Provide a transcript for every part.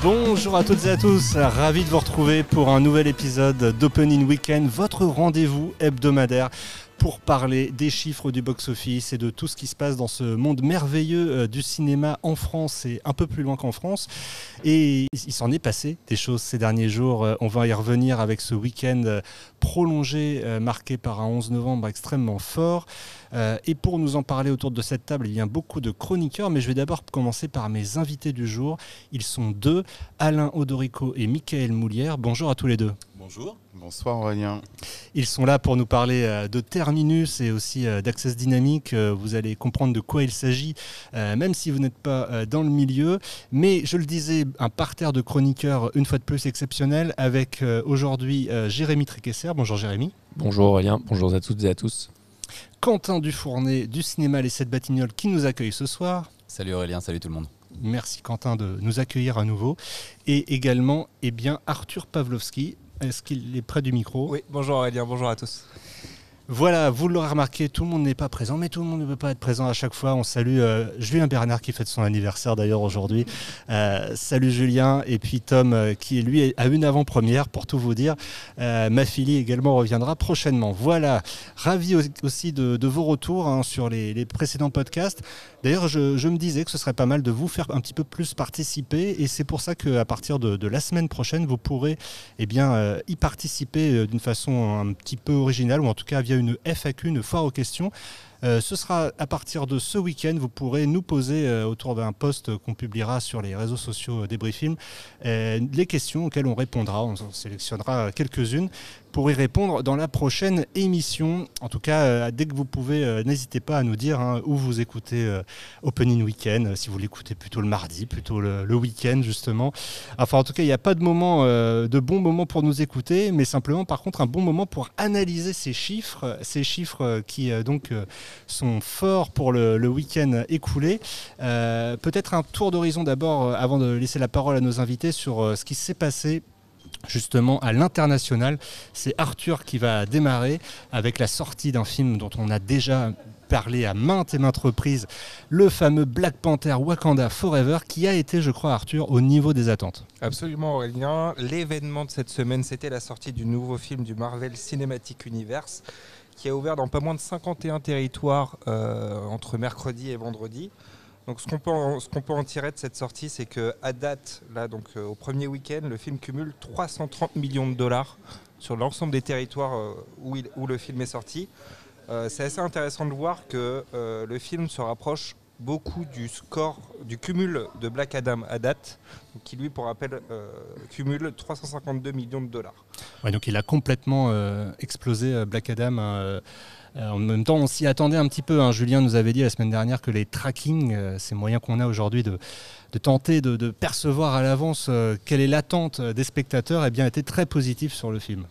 Bonjour à toutes et à tous, ravi de vous retrouver pour un nouvel épisode d'Opening Weekend, votre rendez-vous hebdomadaire pour parler des chiffres du box-office et de tout ce qui se passe dans ce monde merveilleux du cinéma en France et un peu plus loin qu'en France. Et il s'en est passé des choses ces derniers jours. On va y revenir avec ce week-end prolongé marqué par un 11 novembre extrêmement fort. Et pour nous en parler autour de cette table, il y a beaucoup de chroniqueurs, mais je vais d'abord commencer par mes invités du jour. Ils sont deux, Alain Odorico et Mickaël Moulière. Bonjour à tous les deux. Bonjour. Bonsoir Aurélien. Ils sont là pour nous parler de Terminus et aussi d'Access Dynamics. Vous allez comprendre de quoi il s'agit, même si vous n'êtes pas dans le milieu. Mais je le disais, un parterre de chroniqueurs, une fois de plus exceptionnel, avec aujourd'hui Jérémy Tréquesser. Bonjour Jérémy. Bonjour Aurélien, bonjour à toutes et à tous. Quentin Dufournet du cinéma Les 7 Batignolles qui nous accueille ce soir. Salut Aurélien, salut tout le monde. Merci Quentin de nous accueillir à nouveau. Et également Arthur Pawlowski. Est-ce qu'il est près du micro ? Oui, bonjour Aurélien, bonjour à tous. Voilà, vous l'aurez remarqué, tout le monde n'est pas présent, mais tout le monde ne peut pas être présent à chaque fois. On salue Julien Bernard qui fête son anniversaire d'ailleurs aujourd'hui. Salut Julien, et puis Tom qui lui a une avant-première pour tout vous dire. Ma fille également reviendra prochainement. Voilà, ravi aussi de vos retours sur les précédents podcasts. D'ailleurs, je me disais que ce serait pas mal de vous faire un petit peu plus participer, et c'est pour ça qu'à partir de la semaine prochaine, vous pourrez y participer d'une façon un petit peu originale, ou en tout cas via une FAQ, une foire aux questions. Ce sera à partir de ce week-end, vous pourrez nous poser autour d'un post qu'on publiera sur les réseaux sociaux Débrief Film les questions auxquelles on répondra. On sélectionnera quelques-unes pour y répondre dans la prochaine émission. En tout cas, dès que vous pouvez, n'hésitez pas à nous dire où vous écoutez Opening Weekend, si vous l'écoutez plutôt le mardi, plutôt le week-end justement. Enfin, en tout cas, il n'y a pas de bon moment pour nous écouter, mais simplement par contre un bon moment pour analyser ces chiffres qui sont forts pour le week-end écoulé. Peut-être un tour d'horizon d'abord, avant de laisser la parole à nos invités, sur ce qui s'est passé justement à l'international. C'est Arthur qui va démarrer avec la sortie d'un film dont on a déjà parlé à maintes et maintes reprises, le fameux Black Panther Wakanda Forever, qui a été, je crois, Arthur, au niveau des attentes. Absolument Aurélien, l'événement de cette semaine, c'était la sortie du nouveau film du Marvel Cinematic Universe, qui a ouvert dans pas moins de 51 territoires entre mercredi et vendredi. Donc ce qu'on peut en tirer de cette sortie, c'est qu'à date, là, au premier week-end, le film cumule 330 millions de dollars sur l'ensemble des territoires où le film est sorti. C'est assez intéressant de voir que le film se rapproche beaucoup du score, du cumul de Black Adam à date, qui lui, pour rappel, cumule 352 millions de dollars. Ouais, donc il a complètement explosé Black Adam. En même temps, on s'y attendait un petit peu. Julien nous avait dit la semaine dernière que les trackings, ces moyens qu'on a aujourd'hui de tenter de percevoir à l'avance quelle est l'attente des spectateurs, étaient très positifs sur le film.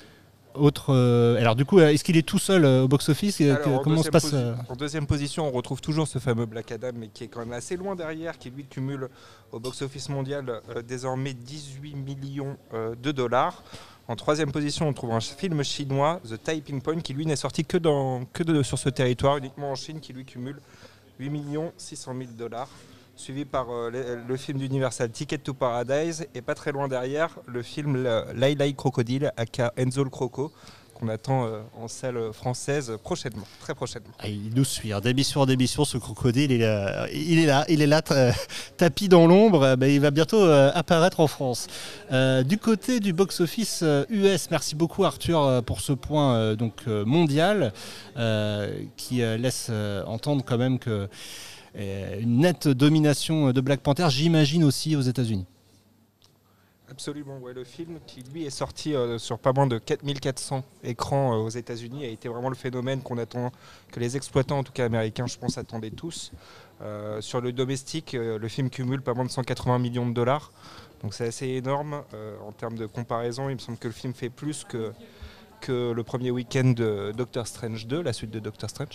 Alors du coup, est-ce qu'il est tout seul au box-office ? Comment se passe En deuxième position, on retrouve toujours ce fameux Black Adam, mais qui est quand même assez loin derrière, qui lui cumule au box-office mondial désormais 18 millions de dollars. En troisième position, on trouve un film chinois, The Typing Point, qui lui n'est sorti que sur ce territoire, uniquement en Chine, qui lui cumule 8 600 000 dollars. Suivi par le film d'Universal Ticket to Paradise, et pas très loin derrière, le film Lai Lai Crocodile, aka Enzo le Croco, qu'on attend en salle française prochainement, très prochainement. Il nous suit, d'émission en émission, ce crocodile, il est là, tapis dans l'ombre, il va bientôt apparaître en France. Du côté du box-office US, merci beaucoup Arthur pour ce point mondial, qui laisse entendre quand même que une nette domination de Black Panther, j'imagine aussi aux États-Unis. Absolument, ouais. Le film qui lui est sorti sur pas moins de 4400 écrans aux États-Unis a été vraiment le phénomène que les exploitants, en tout cas américains, je pense, attendaient tous. Sur le domestique, le film cumule pas moins de 180 millions de dollars, donc c'est assez énorme. En termes de comparaison, il me semble que le film fait plus que le premier week-end de Doctor Strange 2, la suite de Doctor Strange.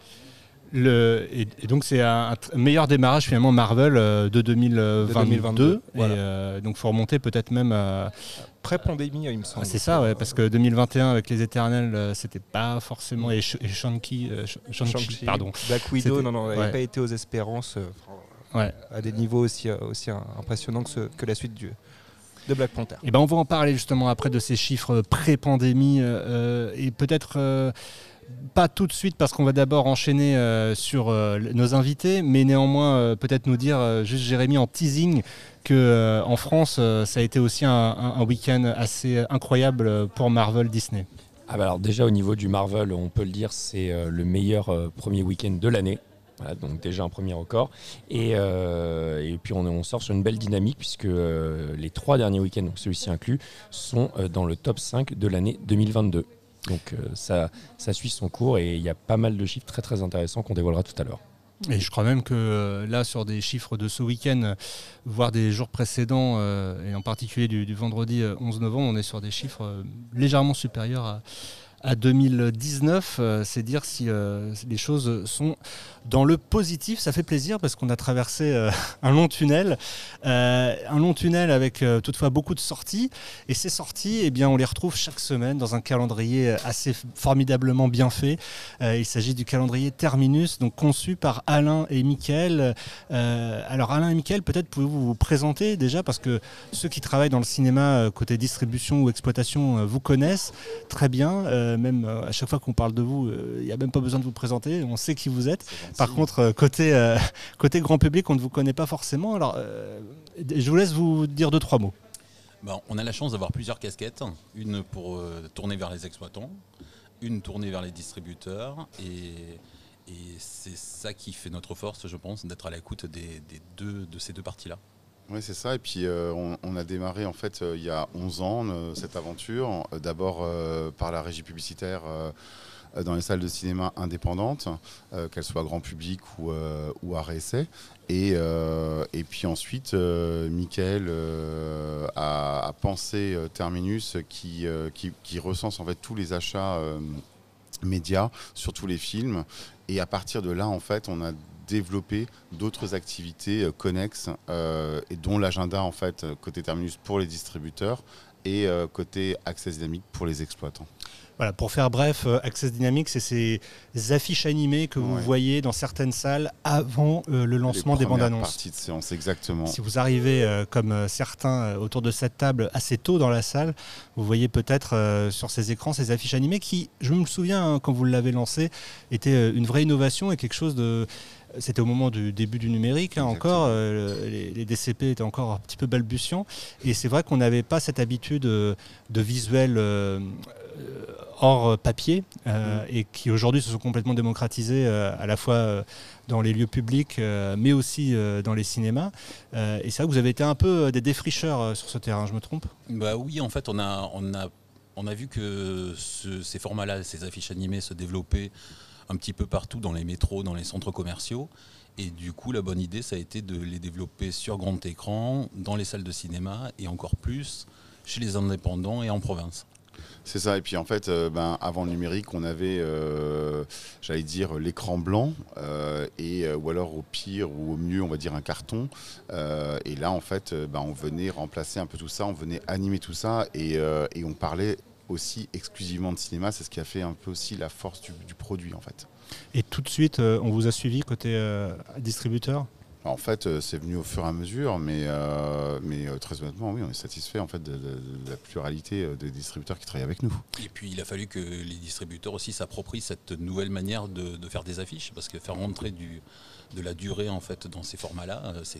Et donc c'est un meilleur démarrage finalement Marvel de 2022. Voilà. Et donc il faut remonter peut-être même pré-pandémie, il me semble. C'est ça, ouais, parce que 2021 avec les Éternels, c'était pas forcément, et Shang-Chi, pardon. Black Widow, non, n'avait pas été aux espérances. à des niveaux aussi impressionnants que la suite de Black Panther. Et ben on va en parler justement après de ces chiffres pré-pandémie et peut-être pas tout de suite parce qu'on va d'abord enchaîner sur nos invités, mais néanmoins peut-être nous dire juste Jérémy en teasing que en France ça a été aussi un week-end assez incroyable pour Marvel Disney. Alors déjà au niveau du Marvel, on peut le dire, c'est le meilleur premier week-end de l'année. Voilà, donc déjà un premier record. Et puis on sort sur une belle dynamique puisque les 3 derniers week-ends, donc celui-ci inclus, sont dans le top 5 de l'année 2022. Donc ça suit son cours et il y a pas mal de chiffres très très intéressants qu'on dévoilera tout à l'heure. Et je crois même que là, sur des chiffres de ce week-end, voire des jours précédents, et en particulier du vendredi 11 novembre, on est sur des chiffres légèrement supérieurs à 2019, c'est dire si les choses sont dans le positif. Ça fait plaisir parce qu'on a traversé un long tunnel avec toutefois beaucoup de sorties. Et ces sorties, eh bien, on les retrouve chaque semaine dans un calendrier assez formidablement bien fait. Il s'agit du calendrier Terminus, donc conçu par Alain et Mickaël. Alors Alain et Mickaël, peut-être pouvez-vous vous présenter déjà parce que ceux qui travaillent dans le cinéma côté distribution ou exploitation vous connaissent très bien. Même à chaque fois qu'on parle de vous, il n'y a même pas besoin de vous présenter, on sait qui vous êtes. Par contre, côté grand public, on ne vous connaît pas forcément. Alors, je vous laisse vous dire 2-3 mots. On a la chance d'avoir plusieurs casquettes. Une pour tourner vers les exploitants, une tournée vers les distributeurs. Et c'est ça qui fait notre force, je pense, d'être à l'écoute de ces deux parties-là. Oui, c'est ça. Et puis, on a démarré en fait il y a 11 ans cette aventure. D'abord par la régie publicitaire dans les salles de cinéma indépendantes, qu'elles soient grand public ou arrêt essai. Et puis ensuite, Mickaël a pensé Terminus qui recense en fait tous les achats médias sur tous les films. Et à partir de là, en fait, on a développer d'autres activités connexes et dont l'agenda en fait côté Terminus pour les distributeurs et côté Access Dynamics pour les exploitants. Voilà, pour faire bref, Access Dynamics, c'est ces affiches animées que vous voyez dans certaines salles avant le lancement des bandes annonces. Partie de séance, exactement. Si vous arrivez comme certains autour de cette table assez tôt dans la salle, vous voyez peut-être sur ces écrans ces affiches animées qui, je me souviens quand vous l'avez lancé, étaient une vraie innovation et quelque chose de... C'était au moment du début du numérique, encore, les DCP étaient encore un petit peu balbutiants. Et c'est vrai qu'on n'avait pas cette habitude de visuel hors papier et qui aujourd'hui se sont complètement démocratisés à la fois dans les lieux publics mais aussi dans les cinémas. Et c'est vrai que vous avez été un peu des défricheurs sur ce terrain, je me trompe ? Oui, en fait, on a vu que ces formats-là, ces affiches animées se développaient un petit peu partout dans les métros, dans les centres commerciaux. Et du coup, la bonne idée, ça a été de les développer sur grand écran, dans les salles de cinéma et encore plus chez les indépendants et en province. C'est ça, et puis en fait, avant le numérique, on avait, j'allais dire, l'écran blanc, ou alors au pire ou au mieux, on va dire un carton. Et là, en fait, on venait remplacer un peu tout ça, on venait animer tout ça, et on parlait aussi exclusivement de cinéma. C'est ce qui a fait un peu aussi la force du produit, en fait. Et tout de suite, on vous a suivi côté distributeur ? En fait, c'est venu au fur et à mesure, mais très honnêtement, oui, on est satisfait en fait de la pluralité des distributeurs qui travaillent avec nous. Et puis, il a fallu que les distributeurs aussi s'approprient cette nouvelle manière de faire des affiches, parce que faire montrer de la durée en fait dans ces formats-là,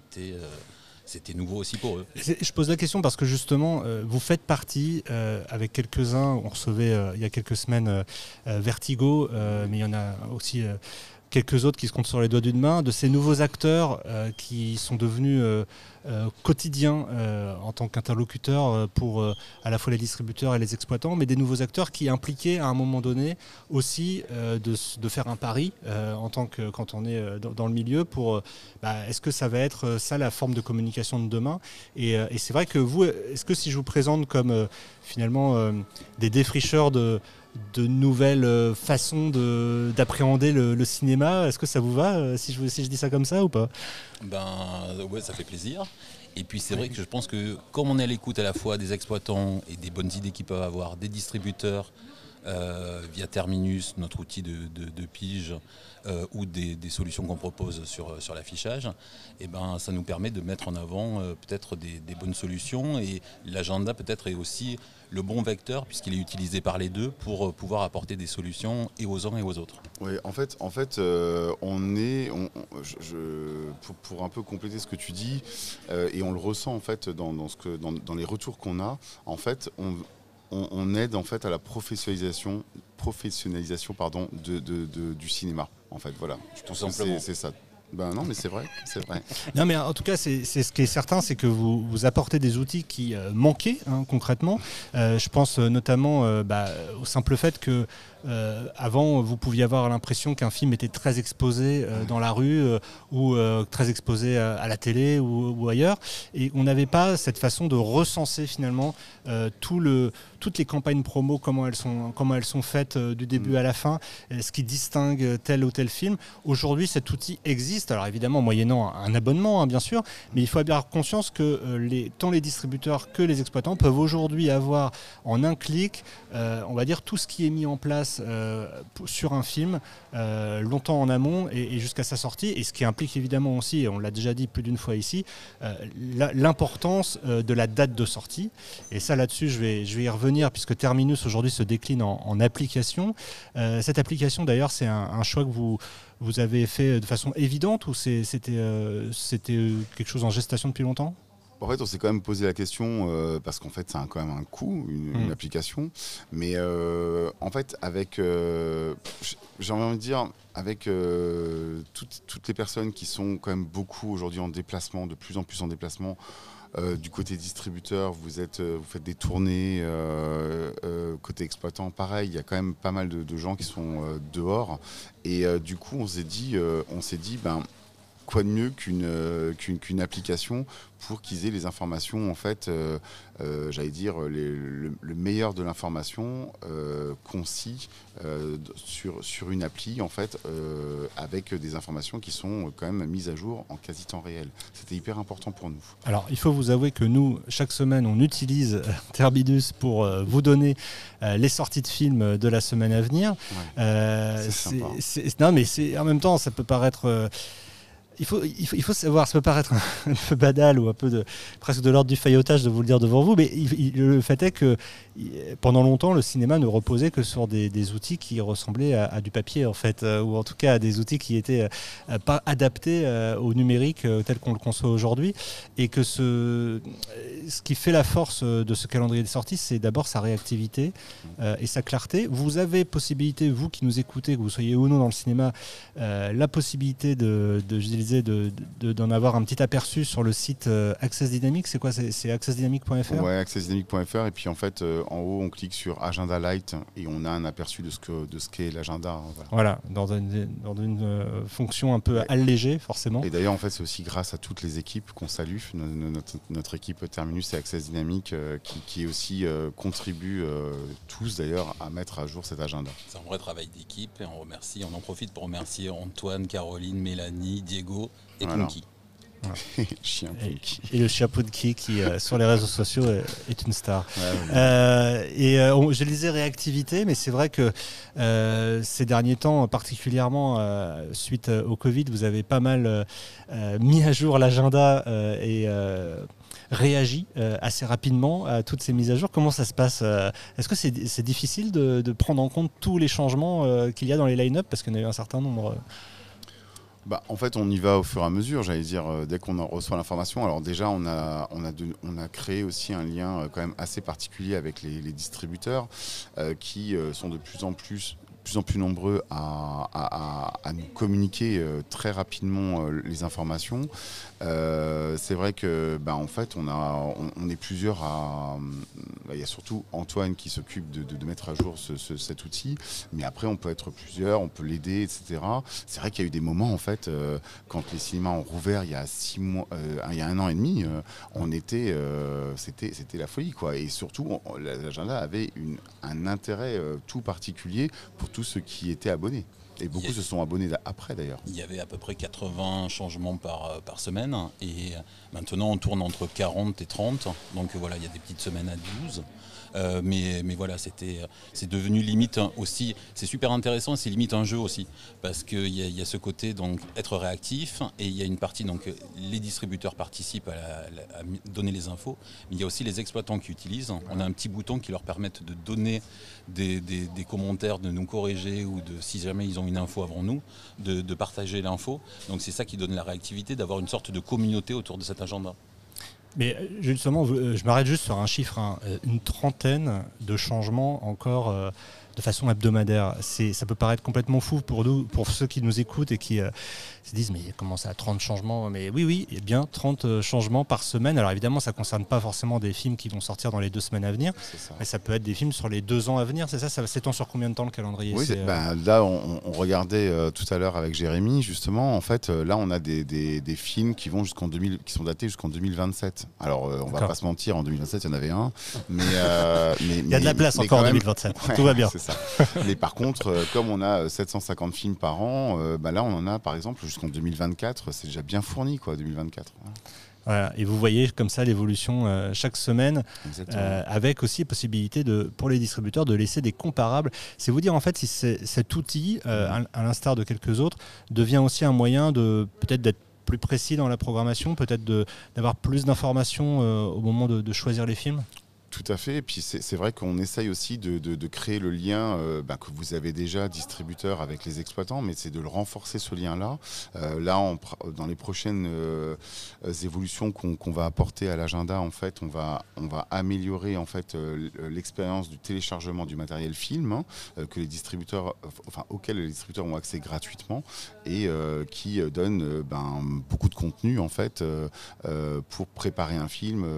c'était nouveau aussi pour eux. Je pose la question parce que justement, vous faites partie, avec quelques-uns, on recevait il y a quelques semaines Vertigo, mais il y en a aussi quelques autres qui se comptent sur les doigts d'une main, de ces nouveaux acteurs qui sont devenus quotidiens en tant qu'interlocuteurs pour à la fois les distributeurs et les exploitants, mais des nouveaux acteurs qui impliquaient à un moment donné aussi de faire un pari en tant que quand on est dans le milieu pour est-ce que ça va être ça la forme de communication de demain et c'est vrai que vous, est-ce que si je vous présente comme finalement des défricheurs de nouvelles façons d'appréhender le cinéma. Est-ce que ça vous va si je dis ça comme ça ou pas ? Ouais, ça fait plaisir. Et puis c'est vrai que je pense que comme on est à l'écoute à la fois des exploitants et des bonnes idées qu'ils peuvent avoir, des distributeurs, via Terminus, notre outil de pige, ou des solutions qu'on propose sur l'affichage, et ben, ça nous permet de mettre en avant peut-être des bonnes solutions, et l'agenda peut-être est aussi le bon vecteur puisqu'il est utilisé par les deux pour pouvoir apporter des solutions et aux uns et aux autres. Oui, en fait, pour un peu compléter ce que tu dis, et on le ressent en fait dans les retours qu'on a, en fait, on aide en fait à la professionnalisation du cinéma. En fait, voilà. Tout simplement. C'est ça. Ben non, mais c'est vrai. Non, mais en tout cas, c'est ce qui est certain, c'est que vous apportez des outils qui manquaient concrètement. Je pense notamment au simple fait que avant, vous pouviez avoir l'impression qu'un film était très exposé dans la rue ou très exposé à la télé ou ailleurs, et on n'avait pas cette façon de recenser finalement toutes les campagnes promo, comment elles sont faites du début à la fin, ce qui distingue tel ou tel film. Aujourd'hui, cet outil existe, alors évidemment moyennant un abonnement, bien sûr, mais il faut avoir conscience que tant les distributeurs que les exploitants peuvent aujourd'hui avoir en un clic, on va dire, tout ce qui est mis en place sur un film longtemps en amont et jusqu'à sa sortie, et ce qui implique évidemment aussi, et on l'a déjà dit plus d'une fois ici, l'importance de la date de sortie. Et ça, là-dessus, je vais y revenir, puisque Terminus aujourd'hui se décline en application. Cette application, d'ailleurs, c'est un choix que vous avez fait de façon évidente, ou c'était quelque chose en gestation depuis longtemps ? En fait, on s'est quand même posé la question, parce qu'en fait, ça a quand même un coût, une application. Mais en fait, avec, j'ai envie de dire, avec toutes les personnes qui sont quand même beaucoup aujourd'hui en déplacement, de plus en plus en déplacement, du côté distributeur, vous faites des tournées, côté exploitant, pareil, il y a quand même pas mal de gens qui sont dehors. Et du coup, on s'est dit, quoi de mieux qu'une application pour qu'ils aient les informations, en fait, j'allais dire, le meilleur de l'information concis sur une appli, en fait, avec des informations qui sont quand même mises à jour en quasi temps réel. C'était hyper important pour nous. Alors, il faut vous avouer que nous, chaque semaine, on utilise Terminus pour vous donner les sorties de films de la semaine à venir. Ouais, c'est sympa. Non, mais en même temps, ça peut paraître... Il faut savoir, ça peut paraître un peu banal ou un peu presque de l'ordre du faillotage de vous le dire devant vous, mais le fait est que pendant longtemps, le cinéma ne reposait que sur des outils qui ressemblaient à du papier, en fait, ou en tout cas à des outils qui étaient pas adaptés au numérique tel qu'on le conçoit aujourd'hui, et que ce qui fait la force de ce calendrier de sortie, c'est d'abord sa réactivité et sa clarté. Vous avez possibilité, vous qui nous écoutez, que vous soyez ou non dans le cinéma, la possibilité d'en avoir un petit aperçu sur le site Access Dynamics. C'est quoi? C'est accessdynamic.fr? Ouais, accessdynamic.fr. Et puis en fait, en haut, on clique sur Agenda Light et on a un aperçu de ce qu'est l'agenda. Voilà, dans une fonction un peu allégée, forcément. Et d'ailleurs, en fait, c'est aussi grâce à toutes les équipes qu'on salue. Notre équipe Terminus et Access Dynamic qui aussi contribuent tous d'ailleurs à mettre à jour cet agenda. C'est un vrai travail d'équipe et on en profite pour remercier Antoine, Caroline, Mélanie, Diego et Punky. Voilà. Chien Punky. Et le chien Punky qui, sur les réseaux sociaux, est une star. Je disais réactivité, mais c'est vrai que ces derniers temps, particulièrement suite au Covid, vous avez pas mal mis à jour l'agenda et réagi assez rapidement à toutes ces mises à jour. Comment ça se passe? Est-ce que c'est difficile de prendre en compte tous les changements qu'il y a dans les line-up, parce qu'il y en a eu un certain nombre? En fait, on y va au fur et à mesure, j'allais dire, dès qu'on en reçoit l'information. Alors déjà, on a créé aussi un lien quand même assez particulier avec les distributeurs qui sont de plus en plus nombreux à nous communiquer très rapidement les informations. C'est vrai que en fait on est plusieurs il y a surtout Antoine qui s'occupe de mettre à jour cet outil, mais après on peut être plusieurs, on peut l'aider, etc. C'est vrai qu'il y a eu des moments en fait quand les cinémas ont rouvert il y a 6 mois, il y a 1 an et demi, c'était la folie, quoi. Et surtout l'agenda avait un intérêt tout particulier pour surtout ceux qui étaient abonnés. Et beaucoup se sont abonnés après d'ailleurs. Il y avait à peu près 80 changements par semaine et maintenant on tourne entre 40 et 30. Donc voilà, il y a des petites semaines à 12. Mais voilà, c'est devenu limite aussi, c'est super intéressant et c'est limite un jeu aussi. Parce qu'il y a ce côté, donc, être réactif et il y a une partie, donc les distributeurs participent à donner les infos, mais il y a aussi les exploitants qui utilisent. On a un petit bouton qui leur permet de donner des commentaires, de nous corriger ou si jamais ils ont une info avant nous, de partager l'info. Donc c'est ça qui donne la réactivité, d'avoir une sorte de communauté autour de cet agenda. Mais justement, je m'arrête juste sur un chiffre, une trentaine de changements encore de façon hebdomadaire. Ça peut paraître complètement fou pour nous, pour ceux qui nous écoutent et qui se disent mais comment ça, 30 changements? Mais oui, et bien 30 changements par semaine. Alors évidemment, ça ne concerne pas forcément des films qui vont sortir dans les 2 semaines à venir, mais ça peut être des films sur les 2 ans à venir. C'est ça s'étend sur combien de temps le calendrier? Oui, là, on regardait tout à l'heure avec Jérémy, justement. En fait, là, on a des films qui vont qui sont datés jusqu'en 2027. Alors, on va pas se mentir, en 2027, il y en avait un. Mais il y a de la place encore en 2027. Tout va bien. C'est ça. Mais par contre, comme on a 750 films par an, là, on en a, par exemple, jusqu'en 2024. C'est déjà bien fourni, quoi, 2024. Voilà, et vous voyez comme ça l'évolution chaque semaine, avec aussi la possibilité pour les distributeurs de laisser des comparables. C'est vous dire en fait si cet outil, à l'instar de quelques autres, devient aussi un moyen de peut-être d'être plus précis dans la programmation, peut-être d'avoir plus d'informations au moment de choisir les films. Tout à fait, et puis c'est vrai qu'on essaye aussi de créer le lien que vous avez déjà, distributeur, avec les exploitants, mais c'est de le renforcer, ce lien-là. Là, dans les prochaines évolutions qu'on va apporter à l'agenda, en fait, on va améliorer en fait l'expérience du téléchargement du matériel film que les distributeurs, auquel les distributeurs ont accès gratuitement et qui donne beaucoup de contenu en fait pour préparer un film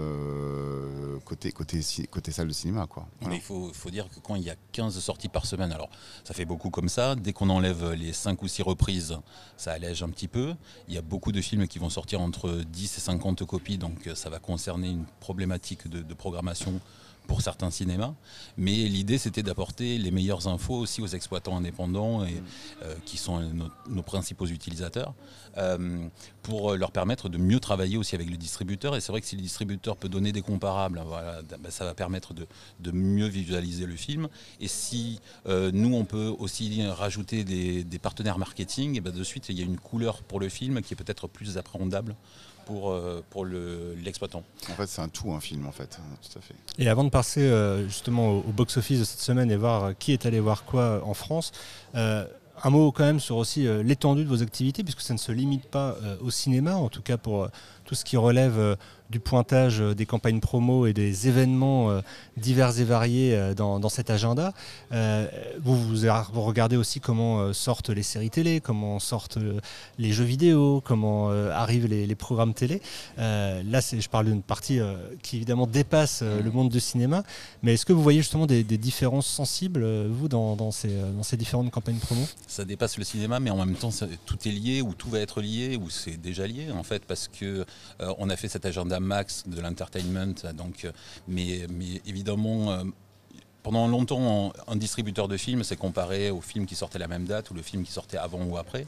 côté salle de cinéma, quoi. Voilà. Mais il faut dire que quand il y a 15 sorties par semaine, alors ça fait beaucoup comme ça, dès qu'on enlève les 5 ou 6 reprises, ça allège un petit peu. Il y a beaucoup de films qui vont sortir entre 10 et 50 copies, donc ça va concerner une problématique de programmation pour certains cinémas, mais l'idée c'était d'apporter les meilleures infos aussi aux exploitants indépendants et, qui sont nos principaux utilisateurs, pour leur permettre de mieux travailler aussi avec le distributeur. Et c'est vrai que si le distributeur peut donner des comparables, voilà, ça va permettre de mieux visualiser le film. Et si nous on peut aussi rajouter des partenaires marketing, et de suite il y a une couleur pour le film qui est peut-être plus appréhendable pour l'exploitant. En fait, c'est un tout, un film, en fait. Tout à fait. Et avant de passer justement au box-office de cette semaine et voir qui est allé voir quoi en France, un mot quand même sur aussi l'étendue de vos activités, puisque ça ne se limite pas au cinéma, en tout cas pour tout ce qui relève du pointage des campagnes promo et des événements divers et variés dans cet agenda. Vous regardez aussi comment sortent les séries télé, comment sortent les jeux vidéo, comment arrivent les programmes télé. Là, je parle d'une partie qui évidemment dépasse le monde du cinéma, mais est-ce que vous voyez justement des différences sensibles, vous, dans ces différentes campagnes promo? Ça dépasse le cinéma, mais en même temps, tout est lié, ou tout va être lié, ou c'est déjà lié, en fait, parce que on a fait cet agenda max de l'entertainment, donc, mais évidemment, pendant longtemps, un distributeur de films s'est comparé aux films qui sortaient la même date ou le film qui sortait avant ou après.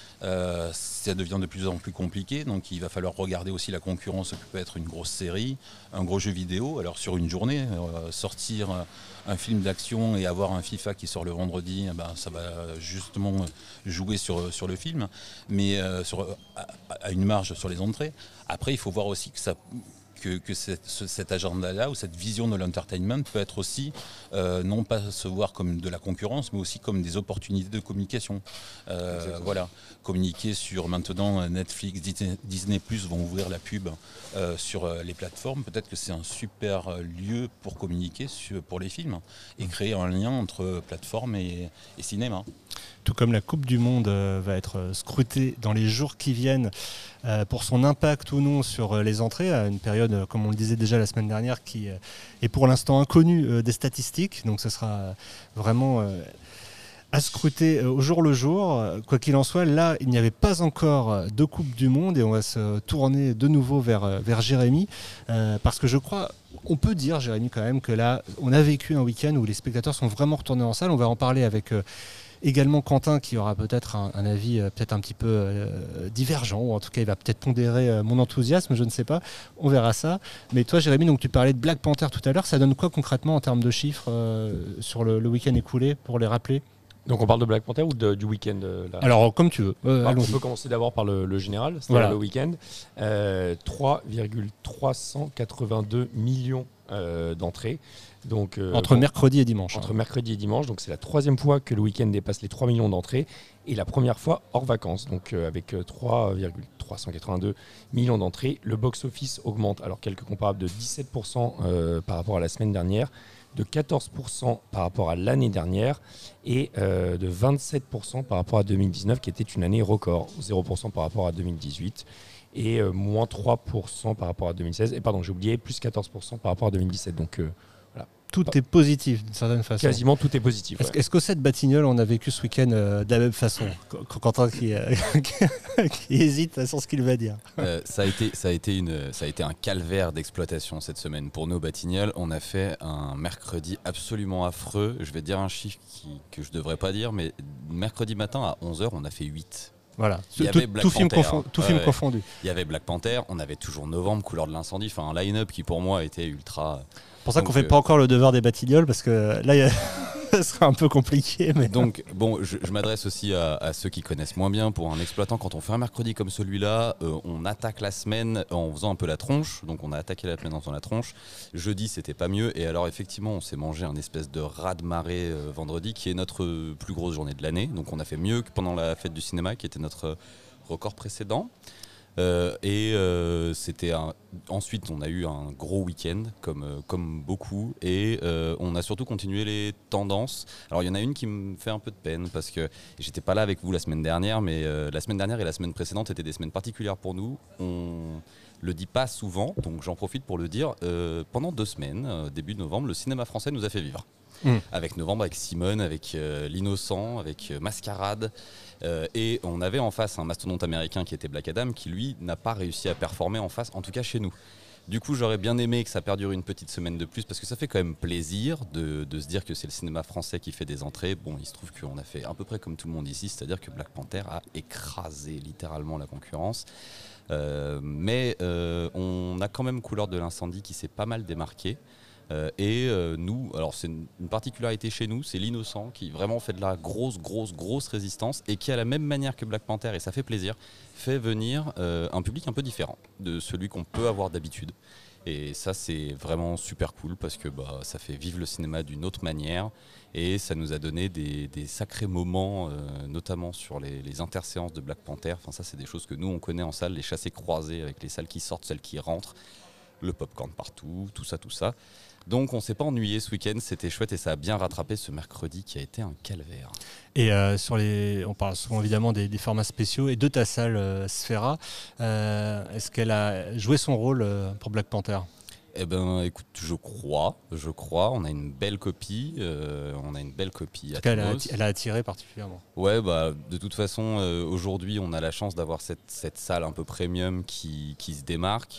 Ça devient de plus en plus compliqué, donc il va falloir regarder aussi la concurrence que peut être une grosse série, un gros jeu vidéo. Alors sur une journée, sortir un film d'action et avoir un FIFA qui sort le vendredi, ça va justement jouer sur le film, mais à une marge sur les entrées. Après, il faut voir aussi que cet agenda-là ou cette vision de l'entertainment peut être aussi non pas se voir comme de la concurrence, mais aussi comme des opportunités de communication. Voilà, communiquer sur maintenant Netflix, Disney+ vont ouvrir la pub sur les plateformes. Peut-être que c'est un super lieu pour communiquer pour les films et créer un lien entre plateforme et cinéma. Tout comme la Coupe du Monde va être scrutée dans les jours qui viennent pour son impact ou non sur les entrées, à une période, comme on le disait déjà la semaine dernière, qui est pour l'instant inconnue des statistiques. Donc ce sera vraiment à scruter au jour le jour. Quoi qu'il en soit, là, il n'y avait pas encore de Coupe du Monde et on va se tourner de nouveau vers Jérémy, parce que je crois... On peut dire, Jérémy, quand même, que là, on a vécu un week-end où les spectateurs sont vraiment retournés en salle. On va en parler avec Également Quentin qui aura peut-être un avis peut-être un petit peu divergent, ou en tout cas il va peut-être pondérer mon enthousiasme, je ne sais pas, on verra ça. Mais toi Jérémy, donc tu parlais de Black Panther tout à l'heure, ça donne quoi concrètement en termes de chiffres sur le week-end écoulé, pour les rappeler? Donc on parle de Black Panther ou du week-end là. Alors comme tu veux, On peut commencer d'abord par le général, c'est-à-dire le week-end. 3,382 millions d'entrées. Donc, entre mercredi et dimanche. Entre mercredi et dimanche, donc c'est la 3e fois que le week-end dépasse les 3 millions d'entrées et la première fois hors vacances. Donc avec 3,382 millions d'entrées, le box-office augmente, alors quelques comparables, de 17% par rapport à la semaine dernière, de 14% par rapport à l'année dernière et de 27% par rapport à 2019 qui était une année record, 0% par rapport à 2018 et moins 3% par rapport à 2016 et pardon j'ai oublié, plus 14% par rapport à 2017. Donc voilà. Tout est positif d'une certaine façon. Quasiment tout est positif. Est-ce qu'au 7 Batignolles, on a vécu ce week-end de la même façon? Quentin qui hésite sur ce qu'il va dire. Ça a été un calvaire d'exploitation cette semaine. Pour nos Batignolles, on a fait un mercredi absolument affreux. Je vais te dire un chiffre que je ne devrais pas dire, mais mercredi matin à 11h, on a fait 8. Voilà, tout film confondu. Il y avait Black Panther, on avait toujours Novembre, Couleur de l'incendie, enfin un line-up qui pour moi était ultra... C'est pour ça qu'on fait pas encore le devoir des Batignolles, parce que là, ça sera un peu compliqué. Mais... Donc, bon, je m'adresse aussi à ceux qui connaissent moins bien. Pour un exploitant, quand on fait un mercredi comme celui-là, on attaque la semaine en faisant un peu la tronche. Donc, on a attaqué la semaine en faisant la tronche. Jeudi, c'était pas mieux. Et alors, effectivement, on s'est mangé un espèce de raz-de-marée vendredi, qui est notre plus grosse journée de l'année. Donc, on a fait mieux que pendant la fête du cinéma, qui était notre record précédent. Ensuite on a eu un gros week-end comme beaucoup et on a surtout continué les tendances. Alors il y en a une qui me fait un peu de peine parce que j'étais pas là avec vous la semaine dernière, mais la semaine dernière et la semaine précédente étaient des semaines particulières pour nous. On le dit pas souvent, donc j'en profite pour le dire. Pendant 2 semaines, début novembre, le cinéma français nous a fait vivre. Avec Novembre, avec Simone, avec L'Innocent, avec Mascarade. Et on avait en face un mastodonte américain qui était Black Adam, qui lui n'a pas réussi à performer en face, en tout cas chez nous. Du coup, j'aurais bien aimé que ça perdure une petite semaine de plus, parce que ça fait quand même plaisir de se dire que c'est le cinéma français qui fait des entrées. Bon, il se trouve qu'on a fait à peu près comme tout le monde ici, c'est-à-dire que Black Panther a écrasé littéralement la concurrence. Mais on a quand même Couleur de l'incendie qui s'est pas mal démarqué. Nous, alors c'est une particularité chez nous, c'est L'Innocent qui vraiment fait de la grosse résistance et qui, à la même manière que Black Panther, et ça fait plaisir, fait venir un public un peu différent de celui qu'on peut avoir d'habitude. Et ça, c'est vraiment super cool parce que ça fait vivre le cinéma d'une autre manière et ça nous a donné des sacrés moments, notamment sur les interséances de Black Panther. Enfin, ça, c'est des choses que nous, on connaît en salle, les chassés croisés avec les salles qui sortent, celles qui rentrent, le popcorn partout, tout ça. Donc on s'est pas ennuyé ce week-end, c'était chouette et ça a bien rattrapé ce mercredi qui a été un calvaire. Et on parle souvent évidemment des formats spéciaux et de ta salle Sphera. Est-ce qu'elle a joué son rôle pour Black Panther ? Eh ben, écoute, je crois. On a une belle copie. Elle a attiré particulièrement. Ouais, de toute façon, aujourd'hui, on a la chance d'avoir cette salle un peu premium qui se démarque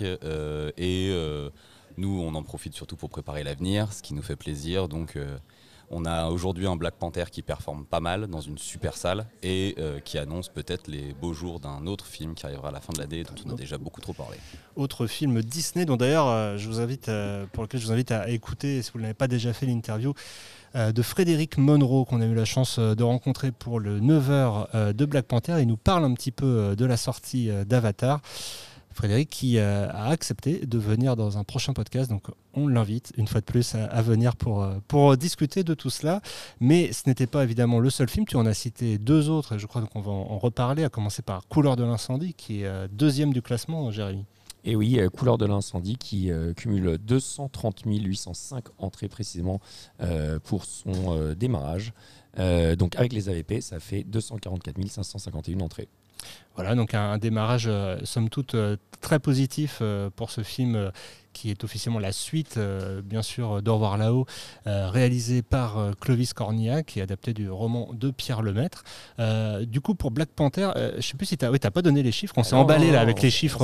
nous, on en profite surtout pour préparer l'avenir, ce qui nous fait plaisir. Donc, on a aujourd'hui un Black Panther qui performe pas mal dans une super salle et qui annonce peut-être les beaux jours d'un autre film qui arrivera à la fin de l'année dont on a déjà beaucoup trop parlé. Autre film Disney dont d'ailleurs pour lequel je vous invite à écouter, si vous ne l'avez pas déjà fait, l'interview de Frédéric Monroe qu'on a eu la chance de rencontrer pour le 9h de Black Panther. Il nous parle un petit peu de la sortie d'Avatar. Frédéric qui a accepté de venir dans un prochain podcast, donc on l'invite une fois de plus à venir pour discuter de tout cela. Mais ce n'était pas évidemment le seul film, tu en as cité 2 autres et je crois qu'on va en reparler, à commencer par Couleur de l'incendie qui est 2e du classement, Jérémy. Et oui, Couleur de l'incendie qui cumule 230 805 entrées précisément pour son démarrage. Donc avec les AVP, ça fait 244 551 entrées. Voilà, donc un démarrage somme toute très positif pour ce film qui est officiellement la suite, bien sûr, d'Au revoir là-haut, réalisée par Clovis Cornillac et adapté du roman de Pierre Lemaître. Du coup, pour Black Panther, je ne sais plus si tu n'as pas donné les chiffres, on s'est emballé là avec les chiffres.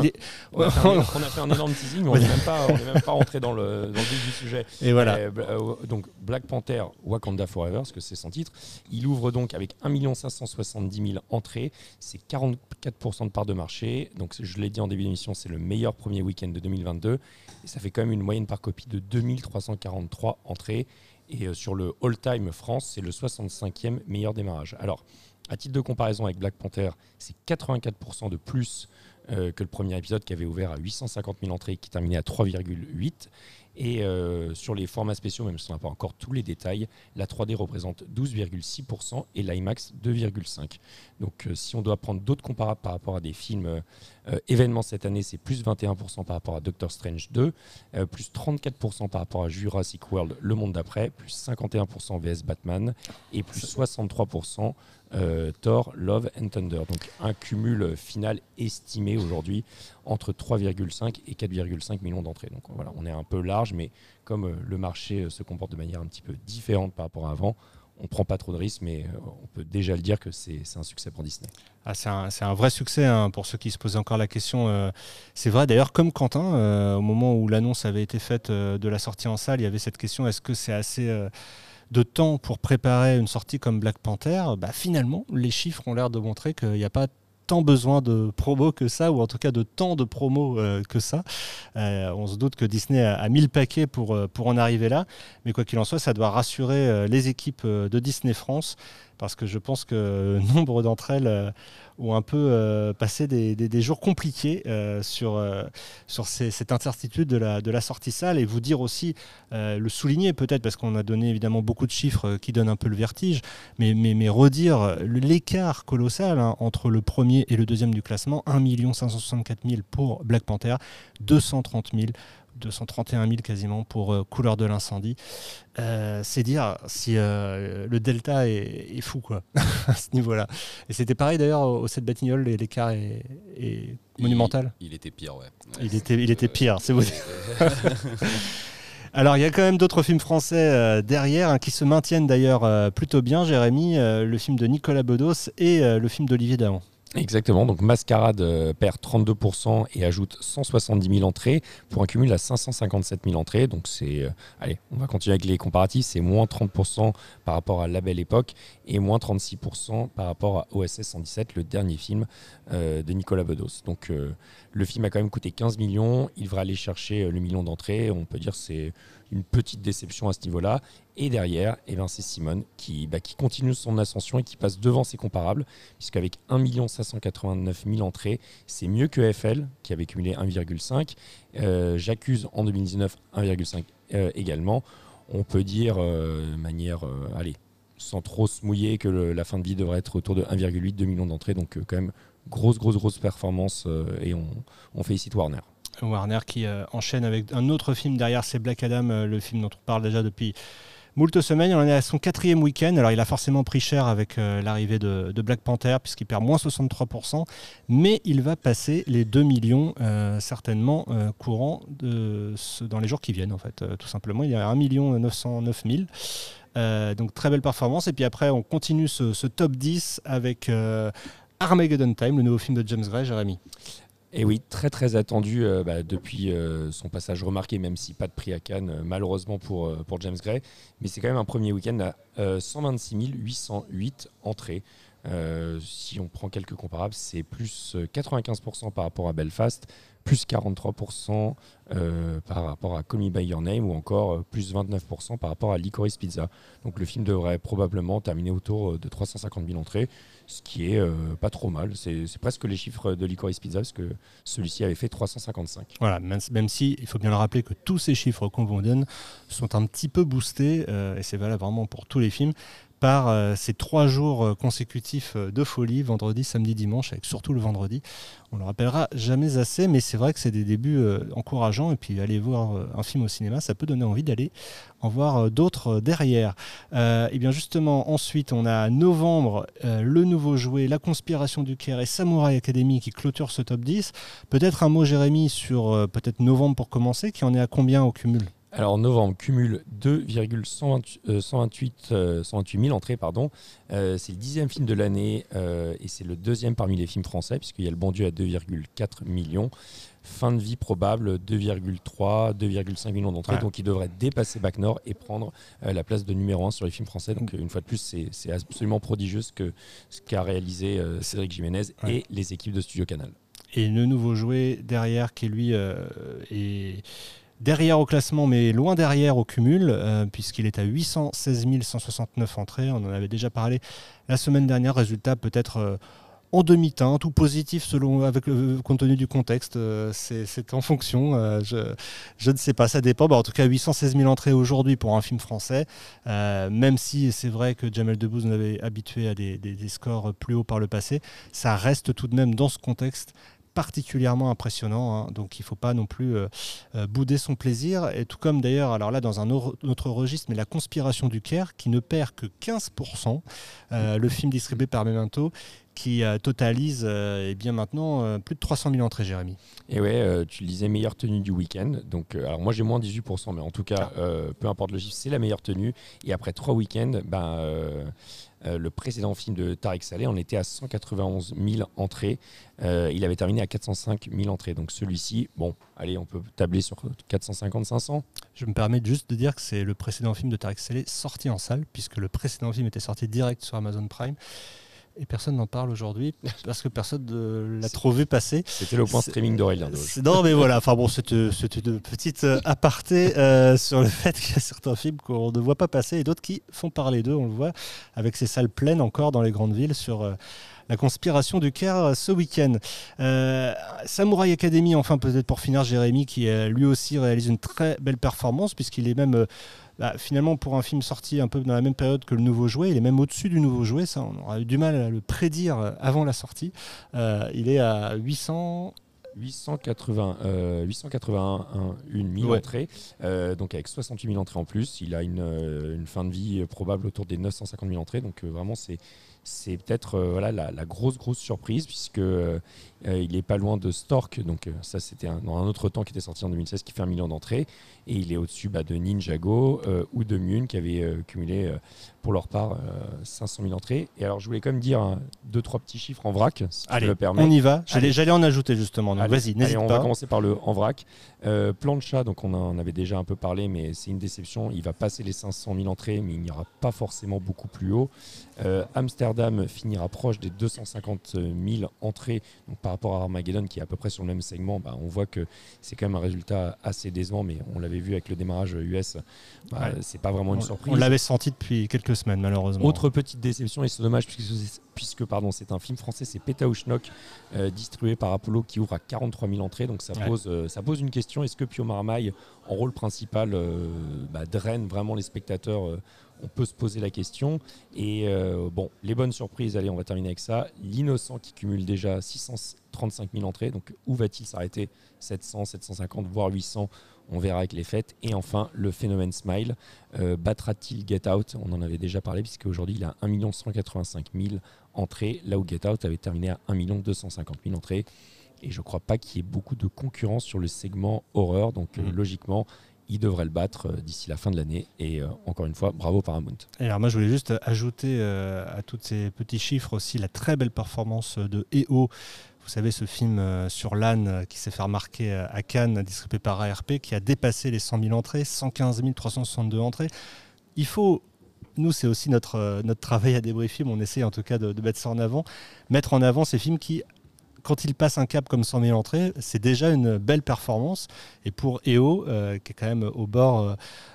On a fait un énorme teasing, mais on n'est même pas rentré dans le vif du sujet. Et voilà. Donc Black Panther Wakanda Forever, parce que c'est son titre, il ouvre donc avec 1 570 000 entrées, c'est 44% de part de marché, donc je l'ai dit en début d'émission, c'est le meilleur premier week-end de 2022, et ça fait quand même une moyenne par copie de 2343 entrées, et sur le all-time France, c'est le 65e meilleur démarrage. Alors, à titre de comparaison avec Black Panther, c'est 84% de plus que le premier épisode qui avait ouvert à 850 000 entrées et qui terminait à 3,8. Et sur les formats spéciaux, même si on n'a pas encore tous les détails, la 3D représente 12,6% et l'IMAX 2,5%. Donc si on doit prendre d'autres comparables par rapport à des films événements cette année, c'est plus 21% par rapport à Doctor Strange 2, plus 34% par rapport à Jurassic World, Le Monde d'après, plus 51% VS Batman et plus 63% Thor, Love and Thunder. Donc un cumul final estimé aujourd'hui entre 3,5 et 4,5 millions d'entrées. Donc voilà, on est un peu large, mais comme le marché se comporte de manière un petit peu différente par rapport à avant, on ne prend pas trop de risques, mais on peut déjà le dire que c'est un succès pour Disney. Ah, c'est un vrai succès pour ceux qui se posaient encore la question. C'est vrai d'ailleurs, comme Quentin, au moment où l'annonce avait été faite de la sortie en salle, il y avait cette question, est-ce que c'est assez de temps pour préparer une sortie comme Black Panther? Finalement, les chiffres ont l'air de montrer qu'il n'y a pas tant besoin de promo que ça, ou en tout cas de temps de promo que ça. On se doute que Disney a mis le paquet pour en arriver là, mais quoi qu'il en soit, ça doit rassurer les équipes de Disney France, parce que je pense que nombre d'entre elles ont un peu passé des jours compliqués sur cette incertitude de la sortie salle, et vous dire aussi, le souligner peut-être, parce qu'on a donné évidemment beaucoup de chiffres qui donnent un peu le vertige, mais redire l'écart colossal entre le premier et le deuxième du classement, 1 564 000 pour Black Panther, 231 000 quasiment pour Couleur de l'incendie. C'est dire si le delta est fou quoi, à ce niveau-là. Et c'était pareil d'ailleurs au 7 Batignolles, l'écart est monumental. Il était pire, ouais. Il était pire, c'est beau. Alors il y a quand même d'autres films français derrière qui se maintiennent d'ailleurs plutôt bien, Jérémy, le film de Nicolas Bedos et le film d'Olivier Dahan. Exactement, donc Mascarade perd 32% et ajoute 170 000 entrées pour un cumul à 557 000 entrées. Donc allez, on va continuer avec les comparatifs, c'est moins 30% par rapport à La Belle Époque et moins 36% par rapport à OSS 117, le dernier film de Nicolas Bedos. Donc le film a quand même coûté 15 millions, il devrait aller chercher le million d'entrées, on peut dire que c'est une petite déception à ce niveau-là. Et derrière, c'est Simone qui continue son ascension et qui passe devant ses comparables, puisqu'avec 1 589 000 entrées, c'est mieux que FL, qui avait cumulé 1,5. J'accuse en 2019 1,5 également. On peut dire de manière, sans trop se mouiller, que la fin de vie devrait être autour de 1,8-2 millions d'entrées. Donc quand même, grosse performance et on félicite Warner. Warner qui enchaîne avec un autre film derrière, c'est Black Adam, le film dont on parle déjà depuis moult semaines. On en est à son 4e week-end. Alors il a forcément pris cher avec l'arrivée de Black Panther, puisqu'il perd moins 63%, mais il va passer les 2 millions certainement courant dans les jours qui viennent en fait, tout simplement. Il y a 1 909 000. Donc très belle performance. Et puis après on continue ce top 10 avec Armageddon Time, le nouveau film de James Gray, Jérémy. Et oui, très attendu depuis son passage remarqué, même si pas de prix à Cannes, malheureusement pour James Gray. Mais c'est quand même un premier week-end à 126 808 entrées. Si on prend quelques comparables, c'est plus 95% par rapport à Belfast, plus 43% par rapport à Call Me By Your Name, ou encore plus 29% par rapport à Licorice Pizza. Donc le film devrait probablement terminer autour de 350 000 entrées, ce qui est pas trop mal. C'est presque les chiffres de Licorice Pizza, parce que celui-ci avait fait 355. Voilà, même si, il faut bien le rappeler que tous ces chiffres qu'on vous donne sont un petit peu boostés, et c'est valable vraiment pour tous les films, par ces 3 jours consécutifs de folie, vendredi, samedi, dimanche, avec surtout le vendredi. On ne le rappellera jamais assez, mais c'est vrai que c'est des débuts encourageants. Et puis aller voir un film au cinéma, ça peut donner envie d'aller en voir d'autres derrière. Et bien justement, ensuite, on a novembre, le nouveau jouet, La Conspiration du Caire et Samouraï Academy qui clôturent ce top 10. Peut-être un mot, Jérémy, sur peut-être novembre pour commencer, qui en est à combien au cumul ? Alors novembre cumule 2,128 000 entrées. C'est le 10e film de l'année et c'est le 2e parmi les films français puisqu'il y a Le Bon Dieu à 2,4 millions. Fin de vie probable 2,3, 2,5 millions d'entrées. Ouais. Donc il devrait dépasser Bac Nord et prendre la place de numéro 1 sur les films français. Donc une fois de plus, c'est absolument prodigieux ce qu'a réalisé Cédric Jiménez et les équipes de Studio Canal. Et le nouveau jouet derrière qui lui est... derrière au classement, mais loin derrière au cumul, puisqu'il est à 816 169 entrées. On en avait déjà parlé la semaine dernière. Résultat peut-être en demi-teinte ou positif avec le compte tenu du contexte. C'est en fonction. Je ne sais pas, ça dépend. En tout cas, 816 000 entrées aujourd'hui pour un film français. Même si c'est vrai que Jamel Debbouze nous avait habitué à des scores plus hauts par le passé, ça reste tout de même dans ce contexte particulièrement impressionnant, donc il ne faut pas non plus bouder son plaisir, et tout comme d'ailleurs, alors là dans un autre registre, mais La Conspiration du Caire qui ne perd que 15%, le film distribué par Memento qui totalise bien maintenant plus de 300 000 entrées, Jérémy. Et ouais, tu le disais, meilleure tenue du week-end. Donc, alors moi j'ai moins 18%, mais en tout cas, peu importe le chiffre, c'est la meilleure tenue. Et après 3 week-ends, le précédent film de Tariq Saleh, on était à 191 000 entrées. Il avait terminé à 405 000 entrées. Donc celui-ci, bon, allez, on peut tabler sur 450-500. Je me permets juste de dire que c'est le précédent film de Tariq Saleh sorti en salle, puisque le précédent film était sorti direct sur Amazon Prime. Et personne n'en parle aujourd'hui parce que personne ne l'a trop vu passer. C'était le point streaming d'Aurélien. Non, mais voilà. Enfin bon, c'était une petite aparté sur le fait qu'il y a certains films qu'on ne voit pas passer et d'autres qui font parler d'eux. On le voit avec ces salles pleines encore dans les grandes villes sur La Conspiration du Caire ce week-end. Samouraï Academy, enfin peut-être pour finir, Jérémy, qui lui aussi réalise une très belle performance puisqu'il est même... finalement, pour un film sorti un peu dans la même période que le nouveau jouet, il est même au-dessus du nouveau jouet. Ça, on aura eu du mal à le prédire avant la sortie. Il est à 881 000 entrées, donc avec 68 000 entrées en plus. Il a une fin de vie probable autour des 950 000 entrées. Donc vraiment, c'est peut-être la grosse surprise puisque il est pas loin de Stork, donc ça c'était dans un autre temps qui était sorti en 2016 qui fait 1 million d'entrées, et il est au-dessus de Ninjago ou de Mune qui avait cumulé pour leur part 500 000 entrées. Et alors je voulais quand même dire 2-3 petits chiffres en vrac, si tu me le permets. On y va, j'allais en ajouter justement, donc vas-y, n'hésite pas. On va commencer par le en vrac. Plancha, donc on en avait déjà un peu parlé, mais c'est une déception, il va passer les 500 000 entrées, mais il n'ira pas forcément beaucoup plus haut. Amsterdam finira proche des 250 000 entrées, donc par rapport à Armageddon qui est à peu près sur le même segment. On voit que c'est quand même un résultat assez décevant, mais on l'avait vu avec le démarrage US, c'est pas vraiment une surprise. On l'avait senti depuis quelques semaines malheureusement. Autre petite déception, et c'est dommage puisque c'est un film français, c'est Pétaouchnok, distribué par Apollo, qui ouvre à 43 000 entrées, donc ça pose une question. Est-ce que Pio Marmaille en rôle principal draine vraiment les spectateurs? On peut se poser la question. Et les bonnes surprises, allez, on va terminer avec ça. L'Innocent qui cumule déjà 635 000 entrées. Donc où va-t-il s'arrêter? 700, 750, voire 800? On verra avec les fêtes. Et enfin, le phénomène Smile. Battra-t-il Get Out? On en avait déjà parlé puisqu'aujourd'hui, il a 1 185 000 entrées. Là où Get Out avait terminé à 1 250 000 entrées. Et je ne crois pas qu'il y ait beaucoup de concurrence sur le segment horreur. Donc logiquement, il devrait le battre d'ici la fin de l'année. Et encore une fois, bravo Paramount. Et alors moi, je voulais juste ajouter à tous ces petits chiffres aussi la très belle performance de EO. Vous savez, ce film sur l'âne qui s'est fait remarquer à Cannes, distribué par ARP, qui a dépassé les 100 000 entrées, 115 362 entrées. Il faut... Nous, c'est aussi notre travail à Débris Film. On essaie en tout cas de mettre ça en avant. Mettre en avant ces films qui... Quand il passe un cap comme 100 000 entrées, c'est déjà une belle performance. Et pour EO, qui est quand même au bord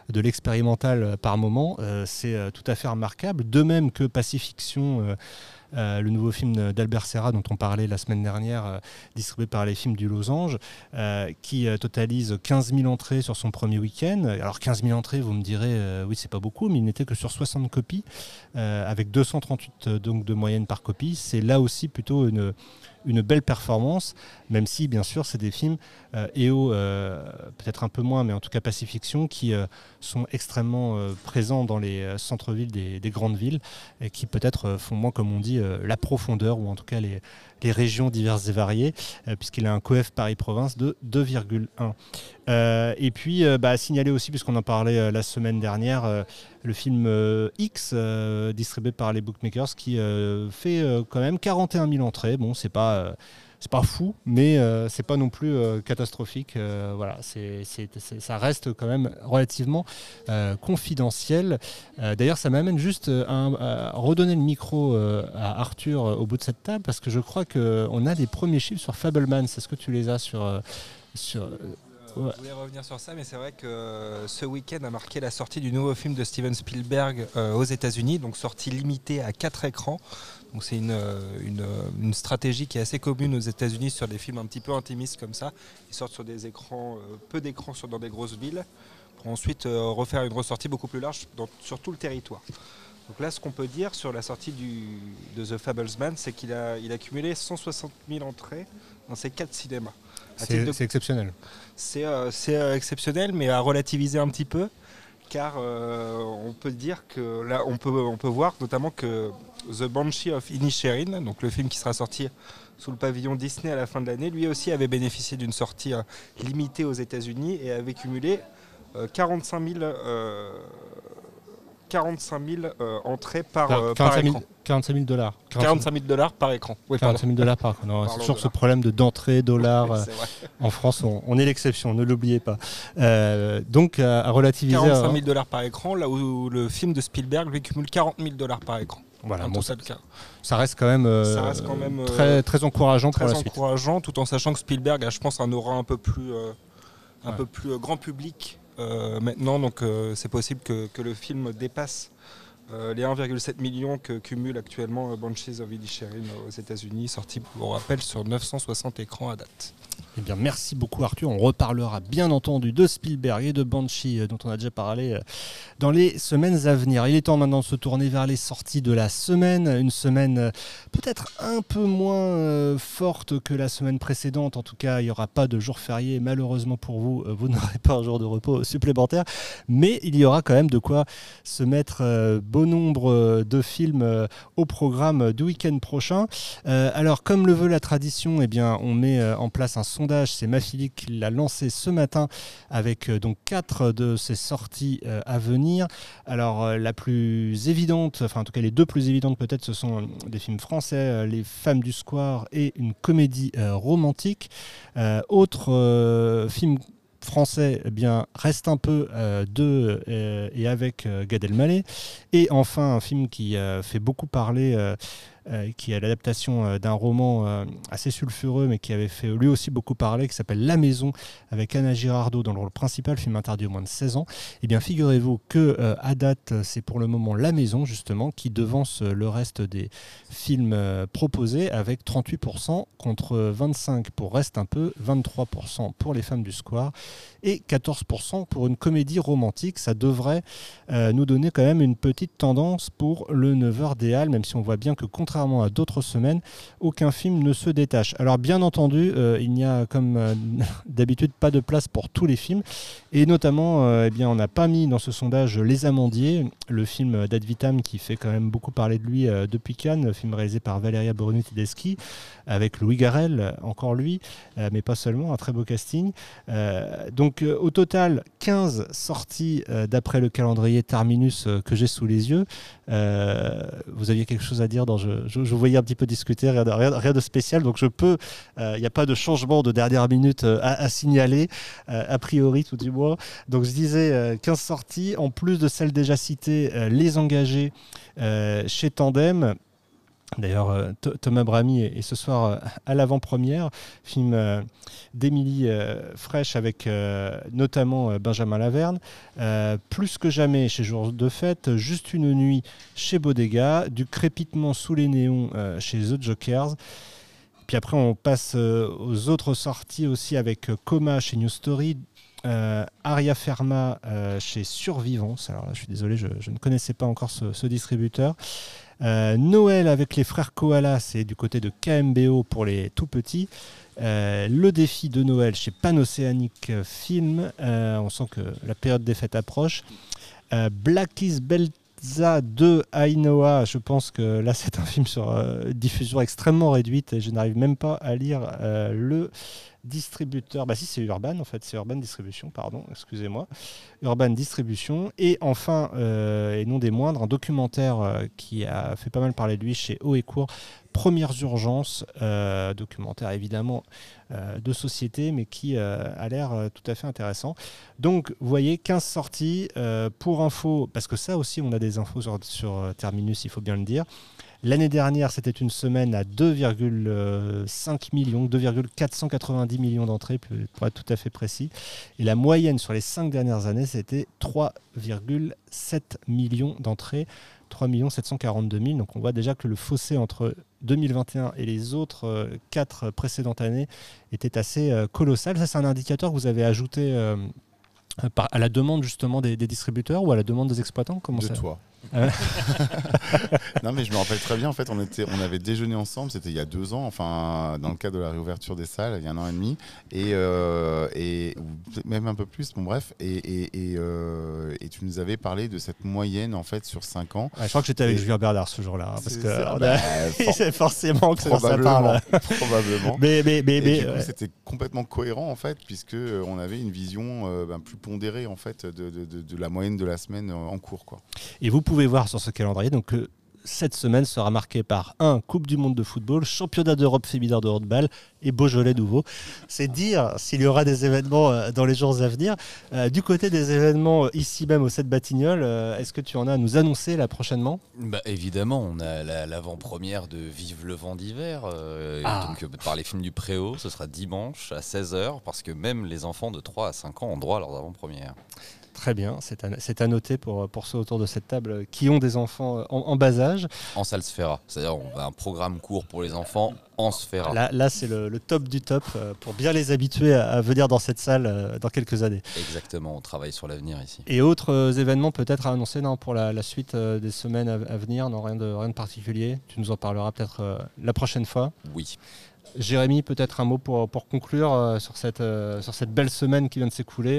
de l'expérimental par moment. C'est tout à fait remarquable. De même que Pacifiction, le nouveau film d'Albert Serra dont on parlait la semaine dernière, distribué par les films du Losange, qui totalise 15 000 entrées sur son premier week-end. Alors 15 000 entrées, vous me direz, oui c'est pas beaucoup, mais il n'était que sur 60 copies, avec 238 donc, de moyenne par copie. C'est là aussi plutôt une belle performance, même si bien sûr c'est des films EO, peut-être un peu moins, mais en tout cas Pacifiction, qui sont extrêmement présents dans les centres-villes des grandes villes, et qui peut-être font moins, comme on dit, la profondeur, ou en tout cas les régions diverses et variées, puisqu'il a un COEF Paris-Province de 2,1. Et puis à signaler aussi, puisqu'on en parlait la semaine dernière, le film X, distribué par les bookmakers, qui fait quand même 41 000 entrées. Bon, c'est pas fou, mais c'est pas non plus catastrophique. Voilà, ça reste quand même relativement confidentiel. D'ailleurs, ça m'amène juste à redonner le micro à Arthur au bout de cette table, parce que je crois qu'on a des premiers chiffres sur Fabelman. Est-ce que tu les as sur Je voulais revenir sur ça, mais c'est vrai que ce week-end a marqué la sortie du nouveau film de Steven Spielberg aux États-Unis, donc sortie limitée à 4 écrans. Donc c'est une stratégie qui est assez commune aux États-Unis sur des films un petit peu intimistes comme ça. Ils sortent sur des écrans, peu d'écrans dans des grosses villes, pour ensuite refaire une ressortie beaucoup plus large sur tout le territoire. Donc là, ce qu'on peut dire sur la sortie de The Fablesman, c'est qu'il a cumulé 160 000 entrées dans ses 4 cinémas. C'est exceptionnel. C'est exceptionnel, mais à relativiser un petit peu, car on peut dire que là, on peut voir notamment que The Banshee of Inisherin, donc le film qui sera sorti sous le pavillon Disney à la fin de l'année, lui aussi avait bénéficié d'une sortie limitée aux États-Unis et avait cumulé 45 000 entrées par écran. 45 000 $. 45 000 $ par écran. Oui, 45 000 $ par écran. Non, c'est toujours ce problème d'entrée, dollars. En France, on est l'exception, ne l'oubliez pas. Donc, à relativiser. 45 000 $ par écran, là où le film de Spielberg lui cumule 40 000 $ par écran. Voilà, bon, ça reste quand même, très, très encourageant pour la suite. Très encourageant, tout en sachant que Spielberg a, je pense, un aura un peu plus grand public maintenant. Donc, c'est possible que le film dépasse les 1,7 million que cumule actuellement Banshees of Inisherin aux États-Unis, sorti, pour rappel, sur 960 écrans à date. Eh bien, merci beaucoup Arthur. On reparlera bien entendu de Spielberg et de Banshee dont on a déjà parlé dans les semaines à venir. Il est temps maintenant de se tourner vers les sorties de la semaine. Une semaine peut-être un peu moins forte que la semaine précédente. En tout cas, il n'y aura pas de jour férié. Malheureusement pour vous, vous n'aurez pas un jour de repos supplémentaire. Mais il y aura quand même de quoi se mettre bon nombre de films au programme du week-end prochain. Alors, comme le veut la tradition, eh bien, on met en place un sondage. C'est Mafili qui l'a lancé ce matin avec donc 4 de ses sorties à venir. Alors, la plus évidente, enfin en tout cas les 2 plus évidentes peut-être, ce sont des films français, Les Femmes du Square et une comédie romantique. Autre film français, eh bien, reste un peu de et avec Gad Elmaleh. Et enfin, un film qui fait beaucoup parler, qui est l'adaptation d'un roman assez sulfureux, mais qui avait fait lui aussi beaucoup parler, qui s'appelle La Maison, avec Anna Girardot dans le rôle principal, film interdit aux moins de 16 ans. Eh bien, figurez-vous que à date, c'est pour le moment La Maison, justement, qui devance le reste des films proposés, avec 38% contre 25% pour Reste un peu, 23% pour Les Femmes du Square et 14% pour une comédie romantique. Ça devrait nous donner quand même une petite tendance pour le 9h des Halles, même si on voit bien que contrairement à d'autres semaines, aucun film ne se détache. Alors bien entendu, il n'y a comme d'habitude pas de place pour tous les films, et notamment, eh bien, on n'a pas mis dans ce sondage Les Amandiers, le film d'Ad Vitam qui fait quand même beaucoup parler de lui depuis Cannes, le film réalisé par Valeria Bruni-Tedeschi, avec Louis Garrel, encore lui, mais pas seulement, un très beau casting. Donc au total, 15 sorties d'après le calendrier Terminus que j'ai sous les yeux. Vous aviez quelque chose à dire je vous voyais un petit peu discuter, rien de spécial, donc je peux, il n'y a pas de changement de dernière minute à signaler, a priori tout du moins. Donc je disais 15 sorties, en plus de celles déjà citées, Les Engagés chez Tandem, D'ailleurs, Thomas Brahmy est ce soir à l'avant-première, film d'Émilie Fraîche avec notamment Benjamin Laverne. Plus que jamais chez Jour de Fête, Juste une nuit chez Bodega, Du crépitement sous les néons chez The Jokers. Puis après, on passe aux autres sorties aussi avec Coma chez New Story, Aria Ferma chez Survivance. Alors là, je suis désolé, je ne connaissais pas encore ce distributeur. Noël avec les frères Koala, c'est du côté de KMBO pour les tout petits. Le défi de Noël chez Panocéanique Film. On sent que la période des fêtes approche. Black is Belza 2 Ainoa, je pense que là c'est un film sur diffusion extrêmement réduite et je n'arrive même pas à lire le distributeur. Bah si, c'est Urban en fait, c'est Urban Distribution, pardon, excusez-moi. Urban Distribution. Et enfin, et non des moindres, un documentaire qui a fait pas mal parler de lui chez Haut et Court, Premières Urgences, documentaire évidemment de société, mais qui a l'air tout à fait intéressant. Donc, vous voyez, 15 sorties. Pour info, parce que ça aussi, on a des infos sur Terminus, il faut bien le dire. L'année dernière, c'était une semaine à 2,5 millions, 2,490 millions d'entrées, pour être tout à fait précis. Et la moyenne sur les 5 dernières années, c'était 3,7 millions d'entrées, 3 742 000. Donc on voit déjà que le fossé entre 2021 et les autres 4 précédentes années était assez colossal. Ça, c'est un indicateur que vous avez ajouté à la demande justement des distributeurs ou à la demande des exploitants? Comment de ça toi. Non mais je me rappelle très bien, en fait on avait déjeuné ensemble, c'était il y a 2 ans, enfin dans le cadre de la réouverture des salles, il y a 1 an et demi, et même un peu plus, bon bref, et tu nous avais parlé de cette moyenne en fait sur 5 ans. Ouais, je crois que j'étais avec Julien Bernard ce jour-là, parce que c'est for forcément que ça parle. Probablement. Mais du coup, c'était complètement cohérent en fait, puisque on avait une vision plus pondérée en fait de la moyenne de la semaine en cours, quoi. Et vous pouvez voir sur ce calendrier donc cette semaine sera marquée par Coupe du monde de football, championnat d'Europe féminin de handball et Beaujolais nouveau. C'est dire s'il y aura des événements dans les jours à venir. Du côté des événements ici même au 7 Batignolles, est-ce que tu en as à nous annoncer là prochainement? Évidemment, on a l'avant-première de Vive le vent d'hiver, donc par les films du Préau, ce sera dimanche à 16h, parce que même les enfants de 3 à 5 ans ont droit à leurs avant-premières. Très bien, c'est à noter pour ceux autour de cette table qui ont des enfants en bas âge. En salle Sphera, c'est-à-dire on a un programme court pour les enfants en Sphera. Là c'est le top du top pour bien les habituer à venir dans cette salle dans quelques années. Exactement, on travaille sur l'avenir ici. Et autres événements peut-être à annoncer pour la suite des semaines à venir? Non, rien de particulier. Tu nous en parleras peut-être la prochaine fois. Oui. Jérémy, peut-être un mot pour conclure sur cette belle semaine qui vient de s'écouler.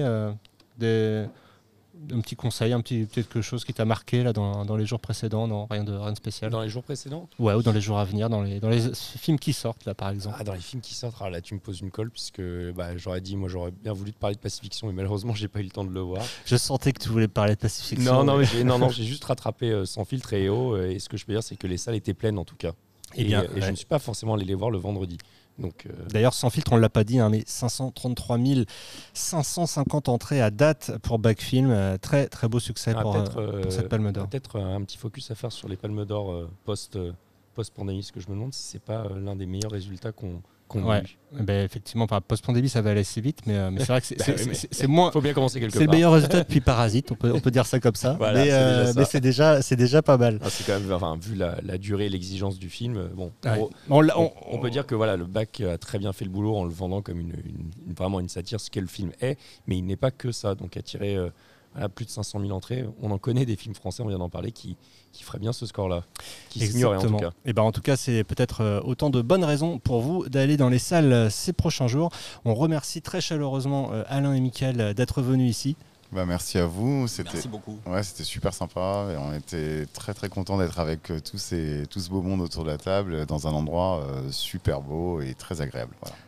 Un petit conseil, peut-être quelque chose qui t'a marqué là, dans les jours précédents? Non, rien de spécial. Dans les jours précédents? Ouais, ou dans les jours à venir, dans les films qui sortent là par exemple. Dans les films qui sortent, là tu me poses une colle, puisque j'aurais bien voulu te parler de Pacifiction, mais malheureusement j'ai pas eu le temps de le voir. Je sentais que tu voulais parler de Pacifiction. Non, j'ai juste rattrapé Sans filtre et EO, et ce que je peux dire c'est que les salles étaient pleines en tout cas. Et je ne suis pas forcément allé les voir le vendredi. Donc, D'ailleurs, Sans filtre, on ne l'a pas dit, mais 533 550 entrées à date pour Backfilm. Très, très beau succès pour cette Palme d'Or. Peut-être un petit focus à faire sur les Palmes d'Or post-pandémie, parce que je me demande si c'est pas l'un des meilleurs résultats qu'on a eu. Effectivement, post-pandémie, ça va aller assez vite, mais c'est vrai que c'est moins. Faut bien commencer quelque part. C'est le meilleur résultat depuis Parasite, on peut dire ça comme ça. Voilà, mais c'est déjà pas mal. C'est quand même, vu la durée et l'exigence du film, on peut dire que le bac a très bien fait le boulot en le vendant comme vraiment une satire, ce qu'est le film est, mais il n'est pas que ça. Donc attirer plus de 500 000 entrées, on en connaît des films français, on vient d'en parler, qui ferait bien ce score-là, qui signerait en tout cas. Et en tout cas, c'est peut-être autant de bonnes raisons pour vous d'aller dans les salles ces prochains jours. On remercie très chaleureusement Alain et Mickaël d'être venus ici. Merci à vous. Merci beaucoup. Ouais, c'était super sympa. Et on était très très contents d'être avec tout ce beau monde autour de la table dans un endroit super beau et très agréable. Voilà.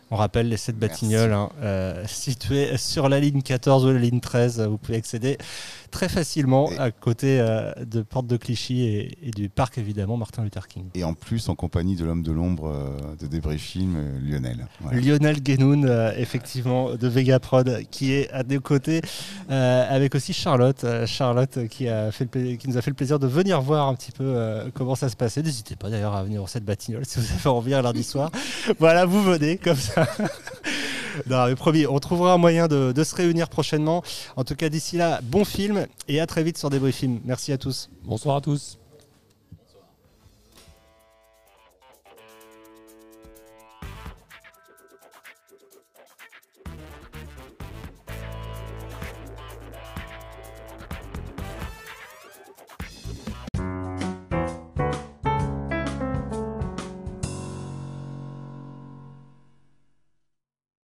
On rappelle les 7 Merci. Batignolles, situés sur la ligne 14 ou la ligne 13. Vous pouvez accéder très facilement à côté de Porte de Clichy et du parc, évidemment, Martin Luther King. Et en plus, en compagnie de l'homme de l'ombre de Débris Film, Lionel. Voilà. Lionel Guénoun, effectivement, de Vega Prod, qui est à nos côtés, avec aussi Charlotte. Charlotte qui nous a fait le plaisir de venir voir un petit peu comment ça se passait. N'hésitez pas d'ailleurs à venir au 7 Batignolles si vous avez envie un lundi soir. Voilà, vous venez comme ça. Non, mais promis, on trouvera un moyen de se réunir prochainement. En tout cas, d'ici là, bon film et à très vite sur Débris Film. Merci à tous. Bonsoir à tous.